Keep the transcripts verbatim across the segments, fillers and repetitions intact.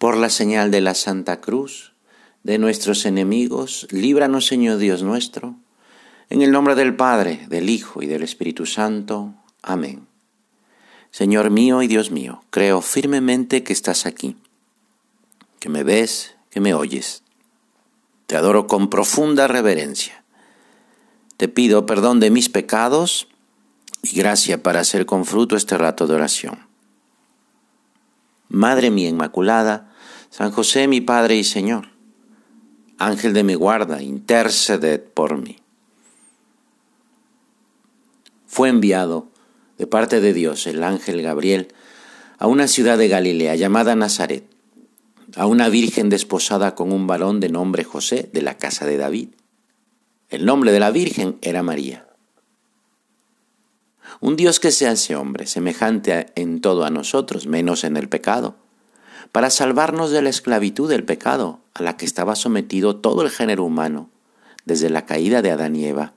Por la señal de la Santa Cruz, de nuestros enemigos, líbranos, Señor Dios nuestro, en el nombre del Padre, del Hijo y del Espíritu Santo. Amén. Señor mío y Dios mío, creo firmemente que estás aquí, que me ves, que me oyes. Te adoro con profunda reverencia. Te pido perdón de mis pecados y gracia para hacer con fruto este rato de oración. Madre mía Inmaculada, San José mi Padre y Señor, Ángel de mi guarda, interceded por mí. Fue enviado de parte de Dios el ángel Gabriel a una ciudad de Galilea llamada Nazaret, a una virgen desposada con un varón de nombre José de la casa de David. El nombre de la virgen era María. Un Dios que se hace hombre, semejante a, en todo a nosotros, menos en el pecado, para salvarnos de la esclavitud del pecado a la que estaba sometido todo el género humano desde la caída de Adán y Eva.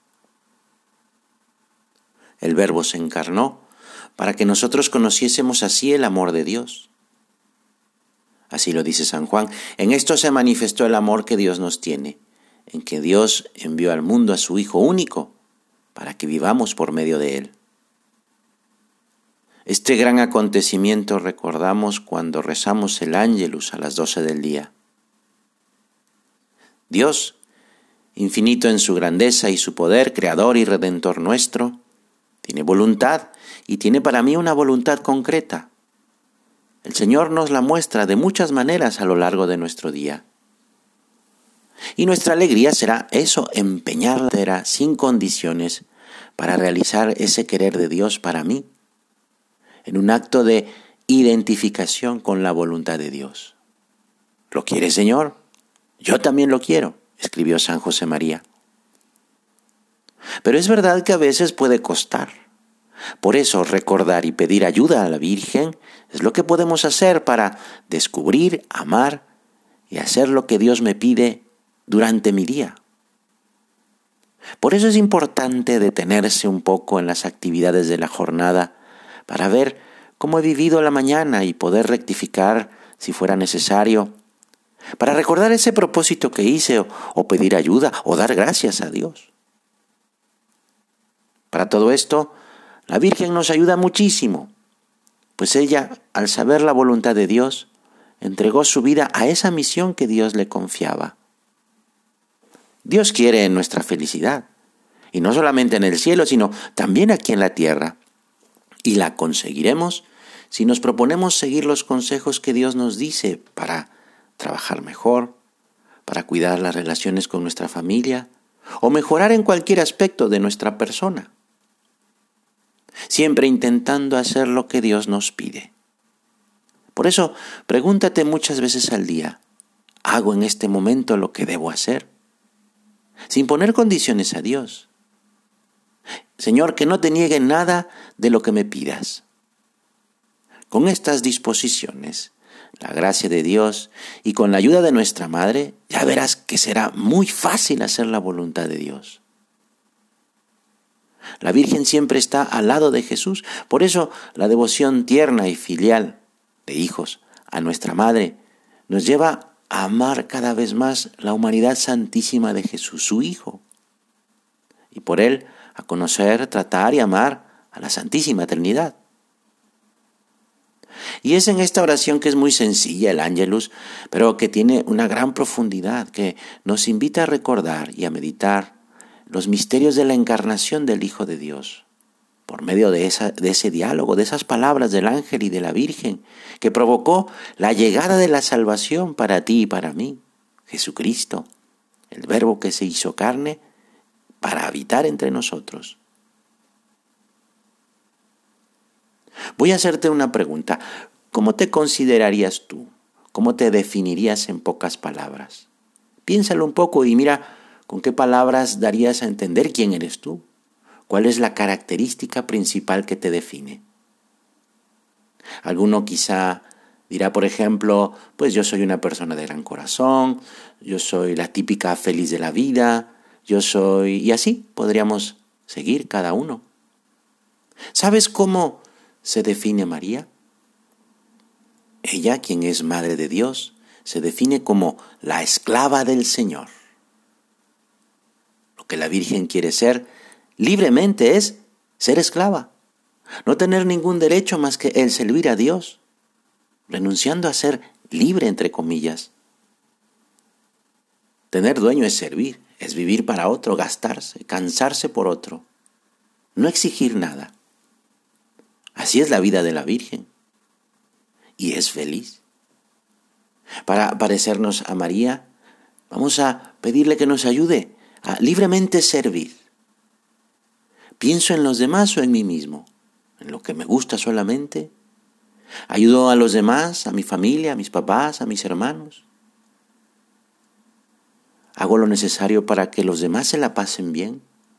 El Verbo se encarnó para que nosotros conociésemos así el amor de Dios. Así lo dice San Juan: en esto se manifestó el amor que Dios nos tiene, en que Dios envió al mundo a su Hijo único para que vivamos por medio de Él. Este gran acontecimiento recordamos cuando rezamos el Ángelus a las doce del día. Dios, infinito en su grandeza y su poder, creador y redentor nuestro, tiene voluntad y tiene para mí una voluntad concreta. El Señor nos la muestra de muchas maneras a lo largo de nuestro día. Y nuestra alegría será eso, empeñarla sin condiciones para realizar ese querer de Dios para mí, en un acto de identificación con la voluntad de Dios. ¿Lo quiere, Señor? Yo también lo quiero, escribió San José María. Pero es verdad que a veces puede costar. Por eso recordar y pedir ayuda a la Virgen es lo que podemos hacer para descubrir, amar y hacer lo que Dios me pide durante mi día. Por eso es importante detenerse un poco en las actividades de la jornada para ver cómo he vivido la mañana y poder rectificar si fuera necesario, para recordar ese propósito que hice o, o pedir ayuda o dar gracias a Dios. Para todo esto, la Virgen nos ayuda muchísimo, pues ella, al saber la voluntad de Dios, entregó su vida a esa misión que Dios le confiaba. Dios quiere nuestra felicidad, y no solamente en el cielo, sino también aquí en la tierra. Y la conseguiremos si nos proponemos seguir los consejos que Dios nos dice para trabajar mejor, para cuidar las relaciones con nuestra familia, o mejorar en cualquier aspecto de nuestra persona. Siempre intentando hacer lo que Dios nos pide. Por eso, pregúntate muchas veces al día: ¿hago en este momento lo que debo hacer? Sin poner condiciones a Dios. Señor, que no te niegue nada de lo que me pidas. Con estas disposiciones, la gracia de Dios y con la ayuda de nuestra Madre, ya verás que será muy fácil hacer la voluntad de Dios. La Virgen siempre está al lado de Jesús. Por eso la devoción tierna y filial de hijos a nuestra Madre nos lleva a amar cada vez más la humanidad santísima de Jesús, su Hijo. Y por Él a conocer, tratar y amar a la Santísima Trinidad. Y es en esta oración que es muy sencilla, el Ángelus, pero que tiene una gran profundidad, que nos invita a recordar y a meditar los misterios de la encarnación del Hijo de Dios, por medio de, esa, de ese diálogo, de esas palabras del ángel y de la Virgen, que provocó la llegada de la salvación para ti y para mí, Jesucristo, el Verbo que se hizo carne para habitar entre nosotros. Voy a hacerte una pregunta. ¿Cómo te considerarías tú? ¿Cómo te definirías en pocas palabras? Piénsalo un poco y mira con qué palabras darías a entender quién eres tú. ¿Cuál es la característica principal que te define? Alguno quizá dirá, por ejemplo, pues yo soy una persona de gran corazón, yo soy la típica feliz de la vida, yo soy... Y así podríamos seguir cada uno. ¿Sabes cómo se define María? Ella, quien es Madre de Dios, se define como la esclava del Señor. Lo que la Virgen quiere ser libremente es ser esclava, no tener ningún derecho más que el servir a Dios, renunciando a ser libre, entre comillas. Tener dueño es servir, es vivir para otro, gastarse, cansarse por otro, no exigir nada. Así es la vida de la Virgen. Y es feliz. Para parecernos a María, vamos a pedirle que nos ayude a libremente servir. ¿Pienso en los demás o en mí mismo? ¿En lo que me gusta solamente? ¿Ayudo a los demás, a mi familia, a mis papás, a mis hermanos? ¿Hago lo necesario para que los demás se la pasen bien?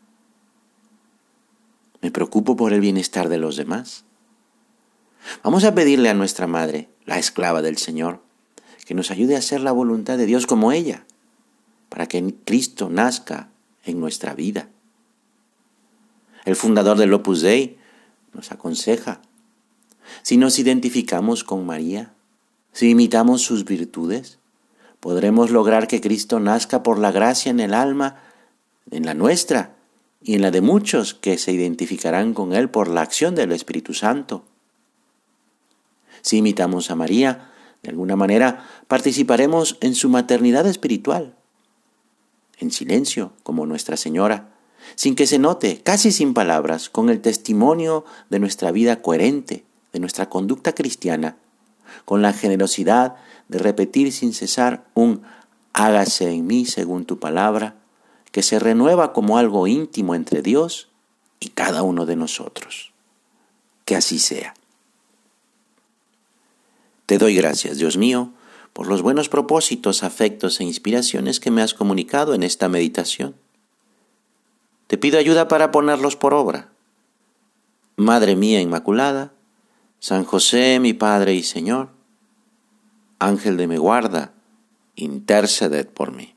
¿Me preocupo por el bienestar de los demás? Vamos a pedirle a nuestra Madre, la esclava del Señor, que nos ayude a hacer la voluntad de Dios como ella, para que Cristo nazca en nuestra vida. El fundador del Opus Dei nos aconseja: si nos identificamos con María, si imitamos sus virtudes, podremos lograr que Cristo nazca por la gracia en el alma, en la nuestra y en la de muchos que se identificarán con Él por la acción del Espíritu Santo. Si imitamos a María, de alguna manera participaremos en su maternidad espiritual, en silencio, como Nuestra Señora, sin que se note, casi sin palabras, con el testimonio de nuestra vida coherente, de nuestra conducta cristiana, con la generosidad de repetir sin cesar un hágase en mí según tu palabra, que se renueva como algo íntimo entre Dios y cada uno de nosotros. Que así sea. Te doy gracias, Dios mío, por los buenos propósitos, afectos e inspiraciones que me has comunicado en esta meditación. Te pido ayuda para ponerlos por obra. Madre mía Inmaculada, San José, mi Padre y Señor, Ángel de mi guarda, interceded por mí.